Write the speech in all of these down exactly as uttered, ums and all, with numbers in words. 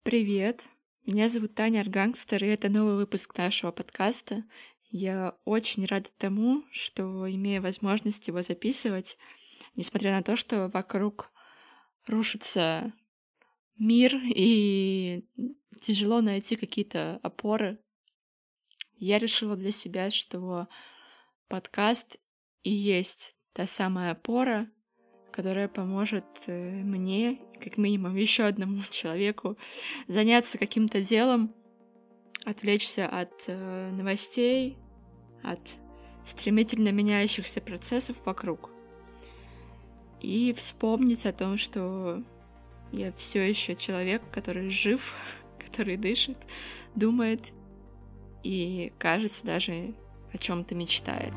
Привет, меня зовут Таня Аргангстер, и это новый выпуск нашего подкаста. Я очень рада тому, что имею возможность его записывать, несмотря на то, что вокруг рушится мир и тяжело найти какие-то опоры. Я решила для себя, что подкаст и есть та самая опора, которая поможет мне, как минимум, еще одному человеку заняться каким-то делом, отвлечься от э, новостей, от стремительно меняющихся процессов вокруг и вспомнить о том, что я все еще человек, который жив, который дышит, думает и, кажется, даже о чем-то мечтает.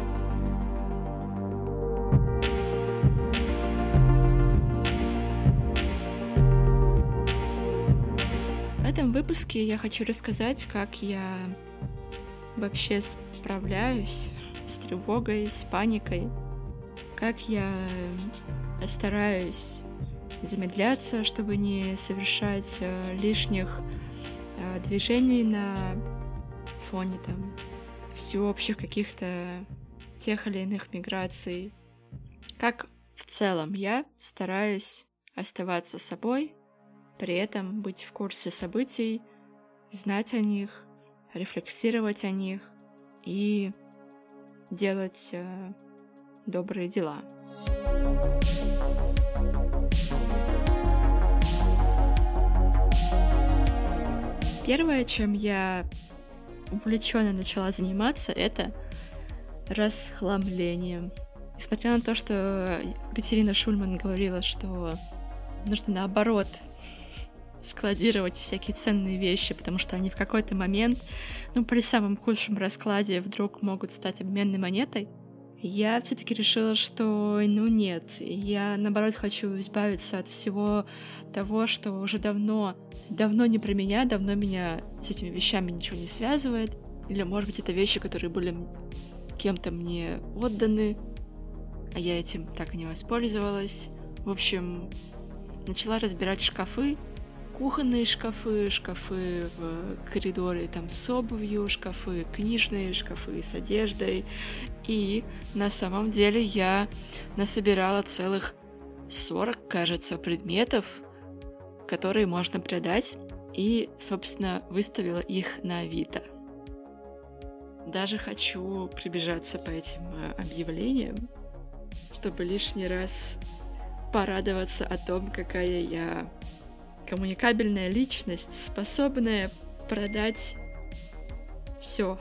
В этом выпуске я хочу рассказать, как я вообще справляюсь с тревогой, с паникой, как я стараюсь замедляться, чтобы не совершать лишних движений на фоне там всеобщих каких-то тех или иных миграций. Как в целом я стараюсь оставаться собой, при этом быть в курсе событий, знать о них, рефлексировать о них и делать э, добрые дела. Первое, чем я увлеченно начала заниматься, это расхламлением. Несмотря на то, что Екатерина Шульман говорила, что нужно наоборот складировать всякие ценные вещи, потому что они в какой-то момент, ну, при самом худшем раскладе вдруг могут стать обменной монетой, я все-таки решила, что, ну, нет, я, наоборот, хочу избавиться от всего того, что уже давно, давно не про меня, давно меня с этими вещами ничего не связывает, или, может быть, это вещи, которые были кем-то мне отданы, а я этим так и не воспользовалась. В общем, начала разбирать шкафы, кухонные шкафы, шкафы в коридоре там с обувью, шкафы книжные, шкафы с одеждой. И на самом деле я насобирала целых сорок, кажется, предметов, которые можно продать, и, собственно, выставила их на Авито. Даже хочу прибежаться по этим объявлениям, чтобы лишний раз порадоваться о том, какая я коммуникабельная личность, способная продать все.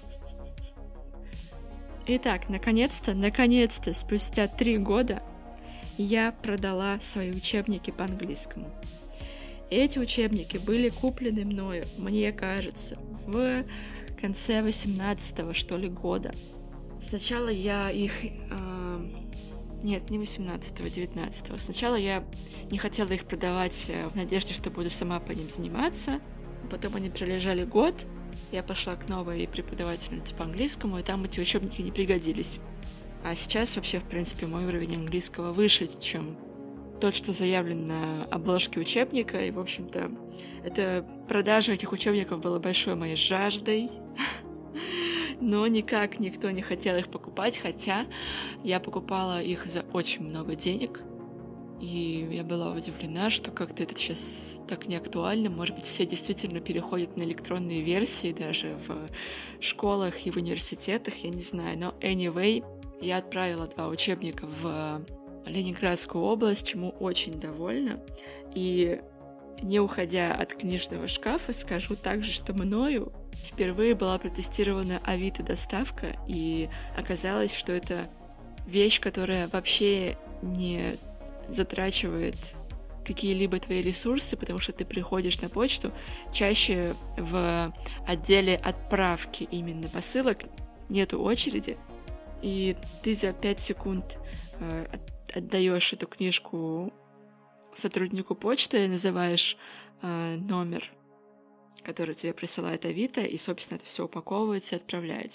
Итак, наконец-то, наконец-то, спустя три года я продала свои учебники по английскому. Эти учебники были куплены мною, мне кажется, в конце восемнадцатого, что ли, года. Сначала я их... Э, нет, не восемнадцатого, девятнадцатого. Сначала я не хотела их продавать в надежде, что буду сама по ним заниматься. Потом они пролежали год. Я пошла к новой преподавательнице по английскому, и там эти учебники не пригодились. А сейчас вообще, в принципе, мой уровень английского выше, чем тот, что заявлен на обложке учебника. И, в общем-то, это продажа этих учебников была большой моей жаждой. Но никак никто не хотел их покупать, хотя я покупала их за очень много денег. И я была удивлена, что как-то это сейчас так не актуально. Может быть, все действительно переходят на электронные версии даже в школах и в университетах, я не знаю. Но anyway, я отправила два учебника в Ленинградскую область, чему очень довольна. И не уходя от книжного шкафа, скажу также, что мною впервые была протестирована Авито доставка, и оказалось, что это вещь, которая вообще не затрачивает какие-либо твои ресурсы, потому что ты приходишь на почту чаще в отделе отправки именно посылок, нету очереди, и ты за пять секунд э, отдаешь эту книжку сотруднику почты, называешь э, номер, который тебе присылает Авито, и, собственно, это все упаковывается и отправляется.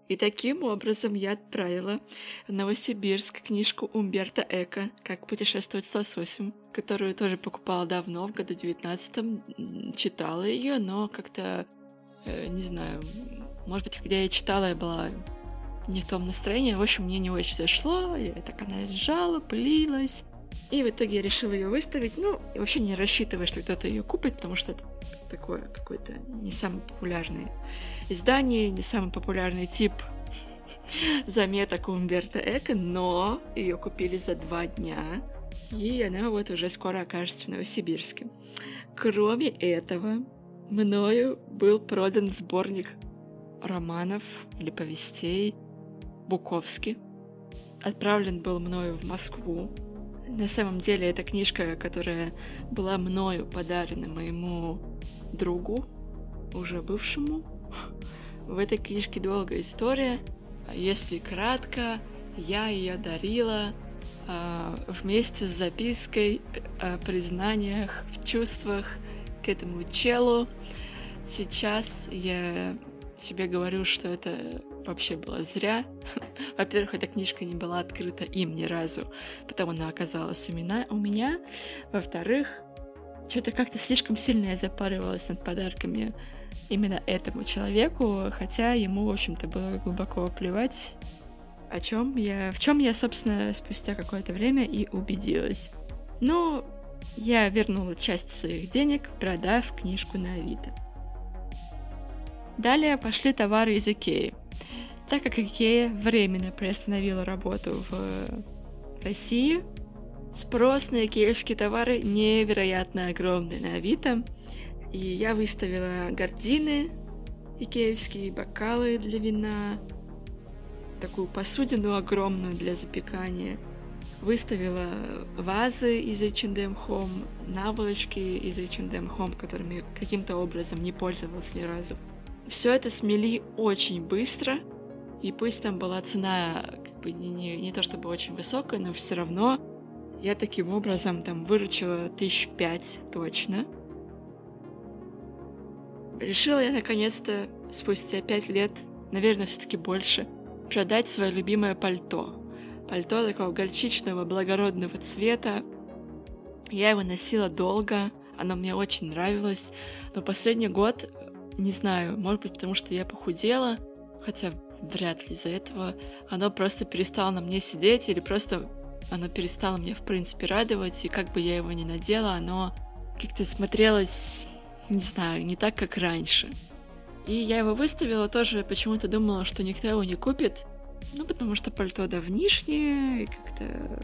И таким образом я отправила в Новосибирск книжку Умберто Эко «Как путешествовать с лососем», которую тоже покупала давно, в году девятнадцатом, читала ее, но как-то, э, не знаю, может быть, когда я читала, я была не в том настроении. В общем, мне не очень зашло, и так она лежала, пылилась. И в итоге я решила ее выставить, ну, и вообще не рассчитывая, что кто-то ее купит, потому что это такое какое-то не самое популярное издание, не самый популярный тип заметок Умберто Эко, но ее купили за два дня, и она вот уже скоро окажется в Новосибирске. Кроме этого, мною был продан сборник романов или повестей Буковски. Отправлен был мною в Москву. На самом деле, это книжка, которая была мною подарена моему другу, уже бывшему. В этой книжке долгая история. Если кратко, я ее дарила э, вместе с запиской о признаниях в чувствах к этому челу. Сейчас я себе говорю, что это вообще было зря. Во-первых, эта книжка не была открыта им ни разу, потом она оказалась у меня. У меня. Во-вторых, что-то как-то слишком сильно я запаривалась над подарками именно этому человеку, хотя ему, в общем-то, было глубоко плевать, о чем я, в чем я, собственно, спустя какое-то время и убедилась. Но я вернула часть своих денег, продав книжку на Авито. Далее пошли товары из Икеи. Так как Икея временно приостановила работу в России, спрос на икеевские товары невероятно огромный на Авито. И я выставила гардины икеевские, бокалы для вина, такую посудину огромную для запекания. Выставила вазы из эйч энд эм Home, наволочки из эйч энд эм Home, которыми каким-то образом не пользовалась ни разу. Все это смели очень быстро, и пусть там была цена как бы не, не, не то чтобы очень высокая, но все равно я таким образом там выручила тысяч пять точно. Решила я наконец-то спустя пять лет, наверное, все-таки больше, продать свое любимое пальто. Пальто такого горчичного, благородного цвета. Я его носила долго, оно мне очень нравилось, но последний год, не знаю, может быть, потому что я похудела, хотя вряд ли из-за этого, оно просто перестало на мне сидеть, или просто оно перестало меня, в принципе, радовать, и как бы я его ни надела, оно как-то смотрелось, не знаю, не так, как раньше. И я его выставила, тоже почему-то думала, что никто его не купит, ну, потому что пальто давнишнее, и как-то...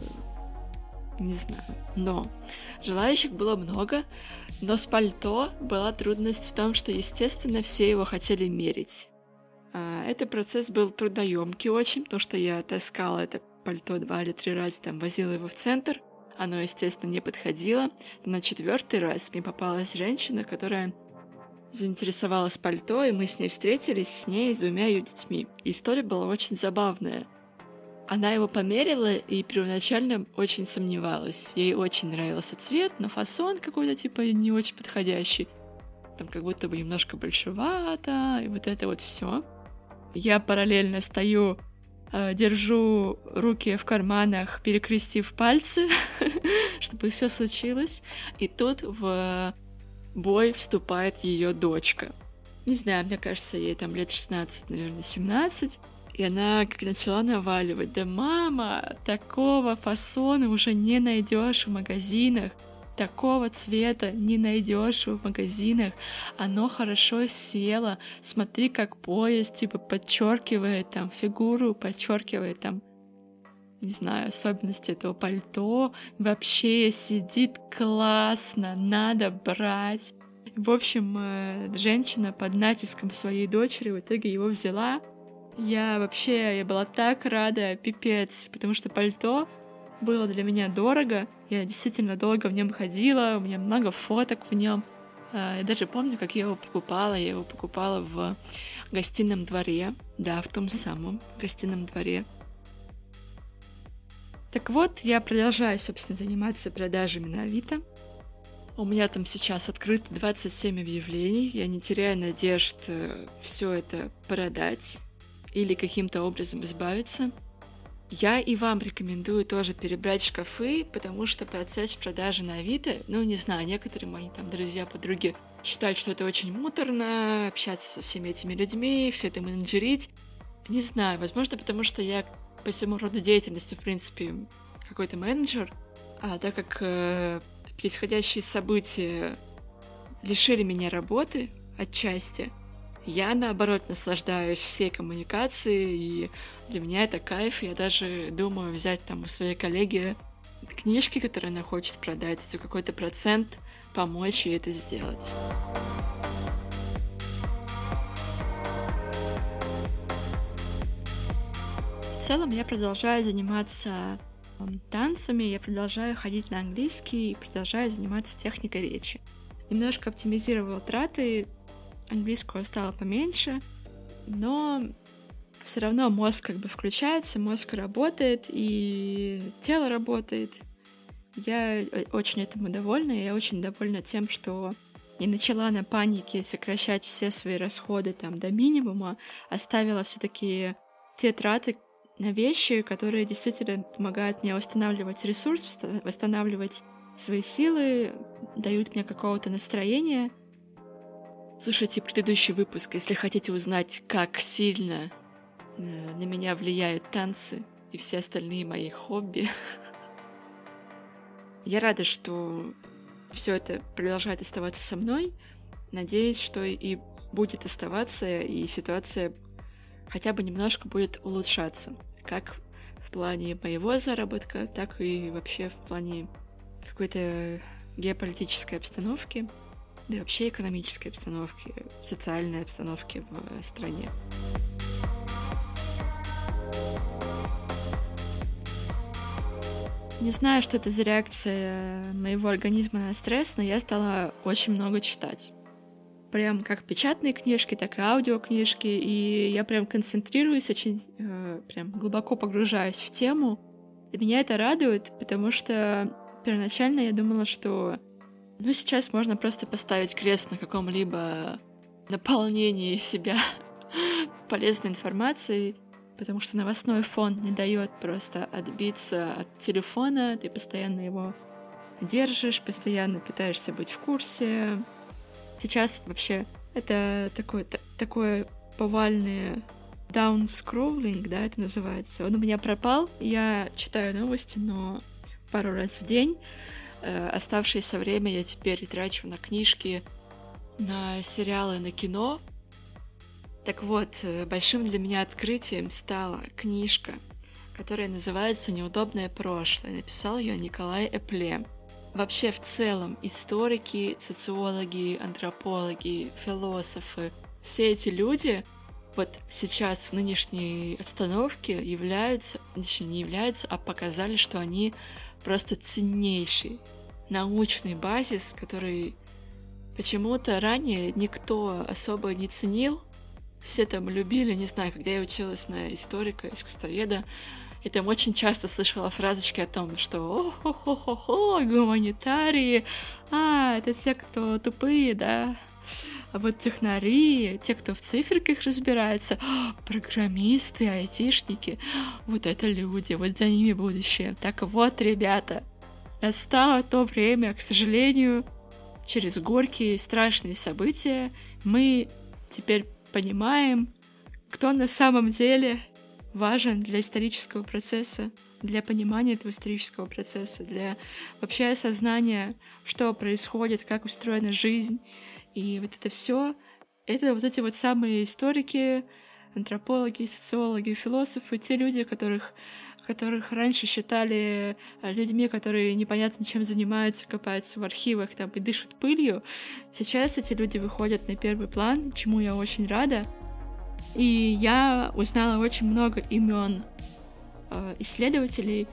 не знаю. Но желающих было много, но с пальто была трудность в том, что, естественно, все его хотели мерить. А, этот процесс был трудоемкий очень, потому что я таскала это пальто два или три раза, там, возила его в центр. Оно, естественно, не подходило. На четвертый раз мне попалась женщина, которая заинтересовалась пальто, и мы с ней встретились, с ней и с двумя ее детьми. И история была очень забавная. Она его померила и первоначально очень сомневалась. Ей очень нравился цвет, но фасон какой-то типа не очень подходящий. Там как будто бы немножко большевато, и вот это вот все. Я параллельно стою, держу руки в карманах, перекрестив пальцы, чтобы все случилось. И тут в бой вступает ее дочка. Не знаю, мне кажется, ей там лет шестнадцать, наверное, семнадцать. И она как начала наваливать: да мама, такого фасона уже не найдешь в магазинах, такого цвета не найдешь в магазинах, оно хорошо село, смотри, как пояс типа подчеркивает там фигуру, подчеркивает там, не знаю, особенности этого пальто, вообще сидит классно, надо брать. В общем, женщина под натиском своей дочери в итоге его взяла. Я вообще, я была так рада, пипец, потому что пальто было для меня дорого, я действительно долго в нем ходила, у меня много фоток в нем. Я даже помню, как я его покупала, я его покупала в гостином дворе, да, в том самом гостином дворе. Так вот, я продолжаю, собственно, заниматься продажами на Авито. У меня там сейчас открыто двадцать семь объявлений, я не теряю надежд все это продать. или каким-то образом избавиться. Я и вам рекомендую тоже перебрать шкафы, потому что процесс продажи на Авито, ну, не знаю, некоторые мои там друзья, подруги считают, что это очень муторно, общаться со всеми этими людьми, все это менеджерить. Не знаю, возможно, потому что я по своему роду деятельности, в принципе, какой-то менеджер, а так как э, происходящие события лишили меня работы отчасти, я, наоборот, наслаждаюсь всей коммуникацией, и для меня это кайф. Я даже думаю взять там у своей коллеги книжки, которые она хочет продать, за какой-то процент помочь ей это сделать. В целом я продолжаю заниматься танцами, я продолжаю ходить на английский и продолжаю заниматься техникой речи. Немножко оптимизировала траты, английского стало поменьше, но все равно мозг как бы включается, мозг работает, и тело работает. Я очень этому довольна, я очень довольна тем, что не начала на панике сокращать все свои расходы там до минимума, оставила все-таки те траты на вещи, которые действительно помогают мне восстанавливать ресурс, восстанавливать свои силы, дают мне какого-то настроения. Слушайте предыдущий выпуск, если хотите узнать, как сильно э, на меня влияют танцы и все остальные мои хобби. Я рада, что все это продолжает оставаться со мной. Надеюсь, что и будет оставаться, и ситуация хотя бы немножко будет улучшаться. Как в плане моего заработка, так и вообще в плане какой-то геополитической обстановки, да и вообще экономической обстановки, социальной обстановки в стране. Не знаю, что это за реакция моего организма на стресс, но я стала очень много читать. Прям как печатные книжки, так и аудиокнижки, и я прям концентрируюсь, очень э, прям глубоко погружаюсь в тему. И меня это радует, потому что первоначально я думала, что ну, сейчас можно просто поставить крест на каком-либо наполнении себя полезной информацией, потому что новостной фон не дает просто отбиться от телефона, ты постоянно его держишь, постоянно пытаешься быть в курсе. Сейчас вообще это такое, т- такое повальное даунскроллинг, да, это называется. Он у меня пропал, я читаю новости, но пару раз в день. Оставшееся время я теперь трачу на книжки, на сериалы, на кино. Так вот, большим для меня открытием стала книжка, которая называется «Неудобное прошлое». Написал ее Николай Эпле. Вообще, в целом, историки, социологи, антропологи, философы, все эти люди вот сейчас в нынешней обстановке являются, точнее, не являются, а показали, что они просто ценнейший научный базис, который почему-то ранее никто особо не ценил. Все там любили, не знаю, когда я училась на историка, искусствоведа, я там очень часто слышала фразочки о том, что о-хо-хо-хо, гуманитарии, а, это те, кто тупые, да, а вот технари, те, кто в циферках разбирается, программисты, айтишники, вот это люди, вот за ними будущее. Так вот, ребята, настало то время, к сожалению, через горькие страшные события мы теперь понимаем, кто на самом деле важен для исторического процесса, для понимания этого исторического процесса, для вообще осознания, что происходит, как устроена жизнь. И вот это все, это вот эти вот самые историки, антропологи, социологи, философы, те люди, которых, которых раньше считали людьми, которые непонятно чем занимаются, копаются в архивах там, и дышат пылью. Сейчас эти люди выходят на первый план, чему я очень рада. И я узнала очень много имен э, исследователей,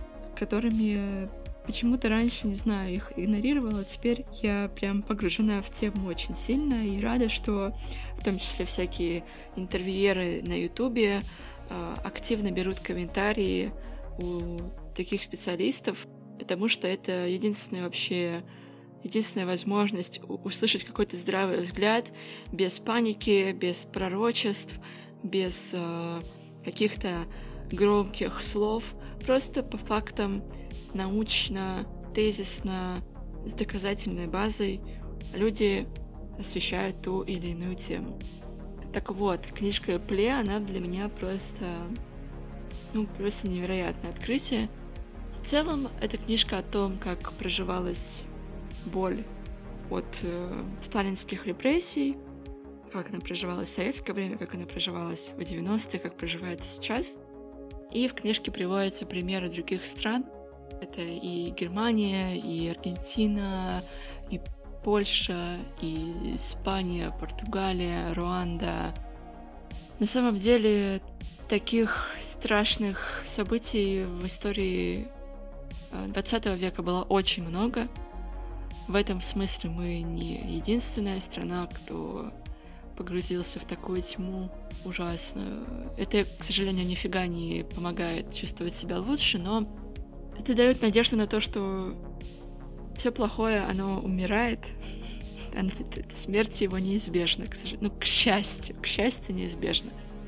которыми почему-то раньше, не знаю, их игнорировала. Теперь я прям погружена в тему очень сильно и рада, что в том числе всякие интервьюеры на Ютубе э, активно берут комментарии у таких специалистов, потому что это единственная вообще единственная возможность услышать какой-то здравый взгляд без паники, без пророчеств, без э, каких-то громких слов, просто по фактам, научно, тезисно, с доказательной базой люди освещают ту или иную тему. Так вот, книжка Пле, она для меня просто, ну, просто невероятное открытие. В целом, это книжка о том, как проживалась боль от э, сталинских репрессий, как она проживалась в советское время, как она проживалась в девяностые, как проживается сейчас. И в книжке приводятся примеры других стран. Это и Германия, и Аргентина, и Польша, и Испания, Португалия, Руанда. На самом деле, таких страшных событий в истории двадцатого века было очень много. В этом смысле мы не единственная страна, кто погрузился в такую тьму ужасную. Это, к сожалению, нифига не помогает чувствовать себя лучше, но это дает надежду на то, что все плохое, оно умирает. Смерть его неизбежна, к сожалению. Ну, к счастью, к счастью, неизбежна.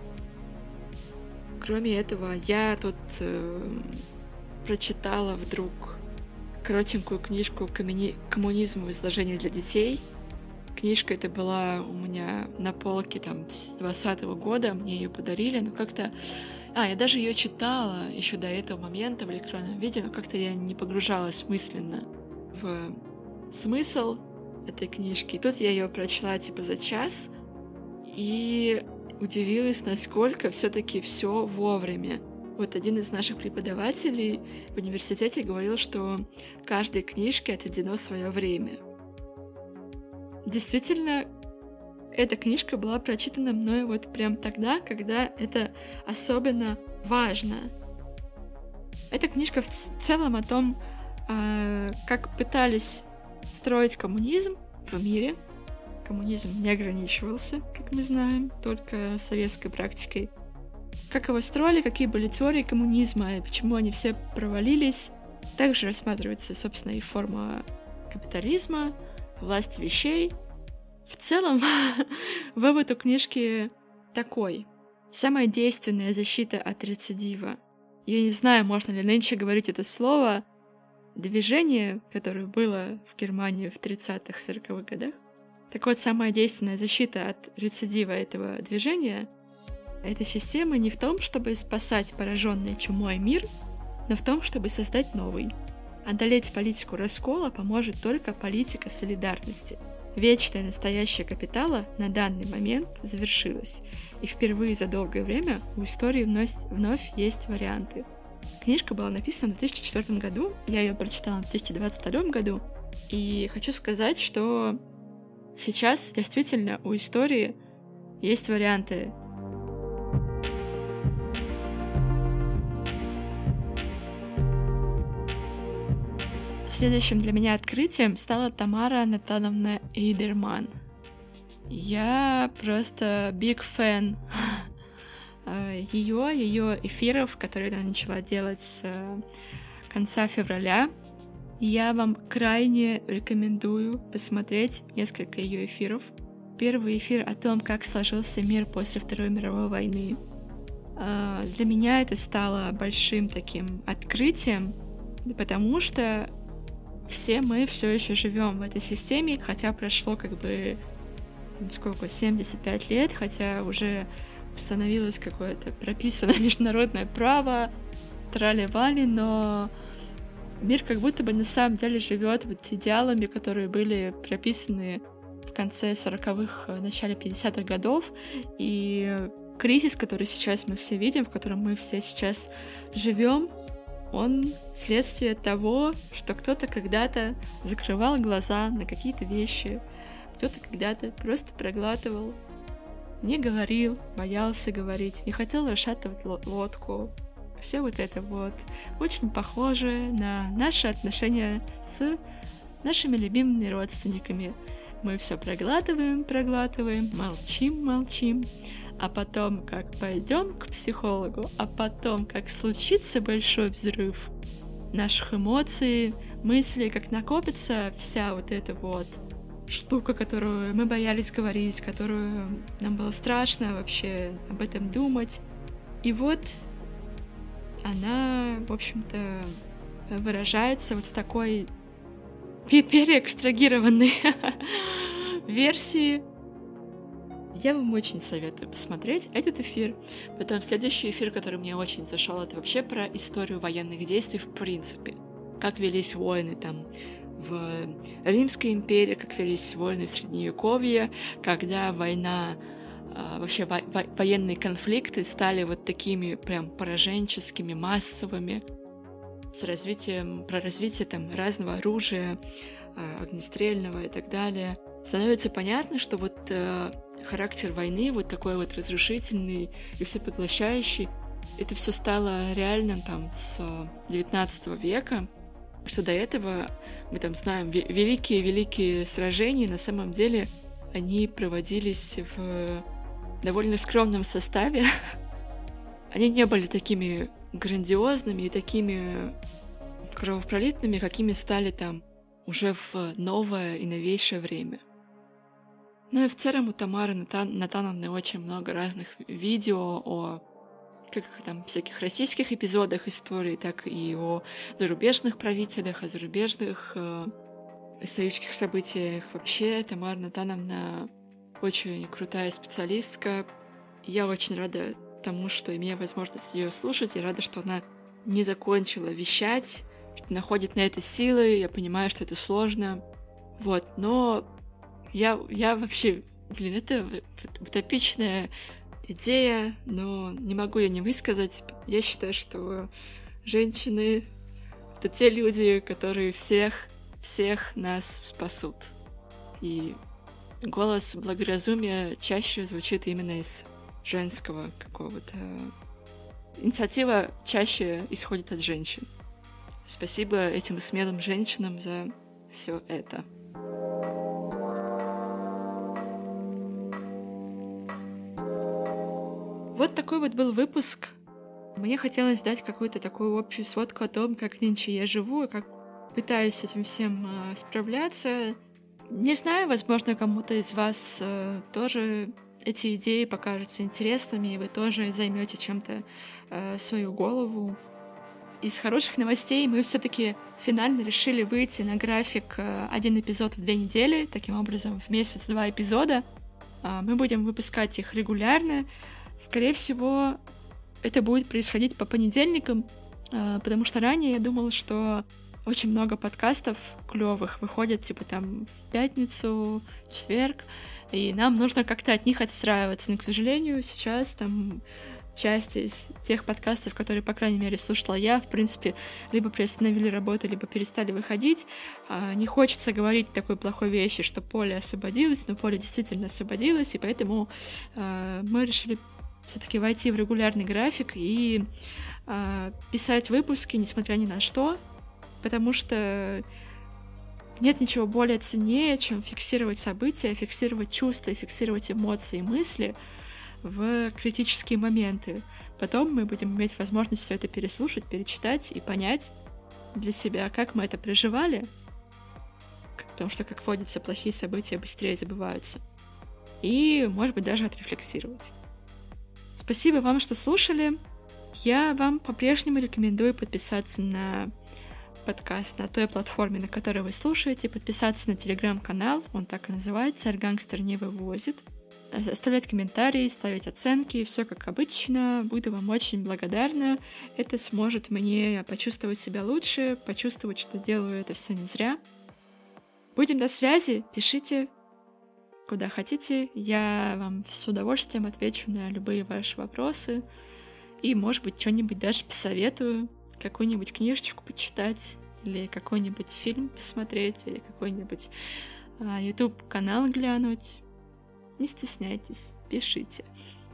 Кроме этого, я тут э, прочитала вдруг коротенькую книжку «Коммунизм в изложении для детей». Книжка эта была у меня на полке там с двадцатого года, мне ее подарили, но как-то... А, я даже ее читала еще до этого момента в электронном виде, но как-то я не погружалась мысленно в смысл этой книжки. И тут я ее прочла типа за час и удивилась, насколько все-таки все вовремя. Вот один из наших преподавателей в университете говорил, что каждой книжке отведено свое время. Действительно, эта книжка была прочитана мной вот прям тогда, когда это особенно важно. Эта книжка в целом о том, как пытались строить коммунизм в мире. Коммунизм не ограничивался, как мы знаем, только советской практикой. Как его строили, какие были теории коммунизма и почему они все провалились. Также рассматривается, собственно, и форма капитализма, власть вещей. В целом, вывод у книжки такой. Самая действенная защита от рецидива. Я не знаю, можно ли нынче говорить это слово. Движение, которое было в Германии в тридцатых-сороковых годах. Так вот, самая действенная защита от рецидива этого движения, этой системы, не в том, чтобы спасать пораженный чумой мир, но в том, чтобы создать новый. Одолеть политику раскола поможет только политика солидарности. Вечное настоящее капитала на данный момент завершилось, и впервые за долгое время у истории вновь, вновь есть варианты. Книжка была написана в две тысячи четвёртом году, я ее прочитала в две тысячи двадцать втором году, и хочу сказать, что сейчас действительно у истории есть варианты. Следующим для меня открытием стала Тамара Натановна Эйдерман. Я просто big fan ее, ее эфиров, которые она начала делать с конца февраля. Я вам крайне рекомендую посмотреть несколько ее эфиров. Первый эфир о том, как сложился мир после Второй мировой войны. Для меня это стало большим таким открытием, потому что все мы все еще живем в этой системе, хотя прошло как бы сколько, семьдесят пять лет, хотя уже установилось какое-то прописанное международное право, трали-вали, но мир как будто бы на самом деле живет вот идеалами, которые были прописаны в конце сороковых, начале пятидесятых годов, и кризис, который сейчас мы все видим, в котором мы все сейчас живем, он следствие того, что кто-то когда-то закрывал глаза на какие-то вещи, кто-то когда-то просто проглатывал, не говорил, боялся говорить, не хотел расшатывать лодку. Все вот это вот очень похоже на наши отношения с нашими любимыми родственниками. Мы все проглатываем, проглатываем, молчим, молчим. А потом, как пойдем к психологу, а потом, как случится большой взрыв наших эмоций, мыслей, как накопится вся вот эта вот штука, которую мы боялись говорить, которую нам было страшно вообще об этом думать. И вот она, в общем-то, выражается вот в такой переэкстрагированной версии. Я вам очень советую посмотреть этот эфир. Потом следующий эфир, который мне очень зашел, это вообще про историю военных действий в принципе. Как велись войны там в Римской империи, как велись войны в Средневековье, когда война, вообще во- во- военные конфликты стали вот такими прям пораженческими, массовыми, с развитием, про развитие там разного оружия, огнестрельного и так далее. Становится понятно, что вот э, характер войны, вот такой вот разрушительный и всепоглощающий, это все стало реальным там с девятнадцатого века, что до этого мы там знаем великие-великие сражения, на самом деле они проводились в довольно скромном составе. Они не были такими грандиозными и такими кровопролитными, какими стали там уже в новое и новейшее время. Ну и в целом у Тамары Натан- Натановны очень много разных видео о как там всяких российских эпизодах истории, так и о зарубежных правителях, о зарубежных э, исторических событиях. Вообще Тамара Натановна очень крутая специалистка. Я очень рада тому, что имею возможность ее слушать, и рада, что она не закончила вещать, что находит на это силы. Я понимаю, что это сложно. Вот, но я, я вообще, блин, это утопичная идея, но не могу я не высказать. Я считаю, что женщины — это те люди, которые всех, всех нас спасут. И голос благоразумия чаще звучит именно из женского какого-то... Инициатива чаще исходит от женщин. Спасибо этим смелым женщинам за все это. Вот такой вот был выпуск. Мне хотелось дать какую-то такую общую сводку о том, как нынче я живу и как пытаюсь с этим всем э, справляться. Не знаю, возможно, кому-то из вас э, тоже эти идеи покажутся интересными, и вы тоже займете чем-то э, свою голову. Из хороших новостей мы все-таки финально решили выйти на график э, один эпизод в две недели, таким образом в месяц два эпизода. Э, мы будем выпускать их регулярно. Скорее всего, это будет происходить по понедельникам, потому что ранее я думала, что очень много подкастов клёвых выходят, типа там в пятницу, в четверг, и нам нужно как-то от них отстраиваться. Но, к сожалению, сейчас там часть из тех подкастов, которые, по крайней мере, слушала я, в принципе, либо приостановили работу, либо перестали выходить. Не хочется говорить такой плохой вещи, что поле освободилось, но поле действительно освободилось, и поэтому мы решили все-таки войти в регулярный график и э, писать выпуски, несмотря ни на что, потому что нет ничего более ценнее, чем фиксировать события, фиксировать чувства, фиксировать эмоции и мысли в критические моменты. Потом мы будем иметь возможность все это переслушать, перечитать и понять для себя, как мы это проживали, потому что, как водится, плохие события быстрее забываются. И, может быть, даже отрефлексировать. Спасибо вам, что слушали. Я вам по-прежнему рекомендую подписаться на подкаст на той платформе, на которой вы слушаете, подписаться на телеграм-канал, он так и называется, «Аргангстер не вывозит», оставлять комментарии, ставить оценки, все как обычно. Буду вам очень благодарна. Это сможет мне почувствовать себя лучше, почувствовать, что делаю это все не зря. Будем на связи, пишите куда хотите, я вам с удовольствием отвечу на любые ваши вопросы и, может быть, что-нибудь даже посоветую, какую-нибудь книжечку почитать или какой-нибудь фильм посмотреть или какой-нибудь а, YouTube-канал глянуть. Не стесняйтесь, пишите.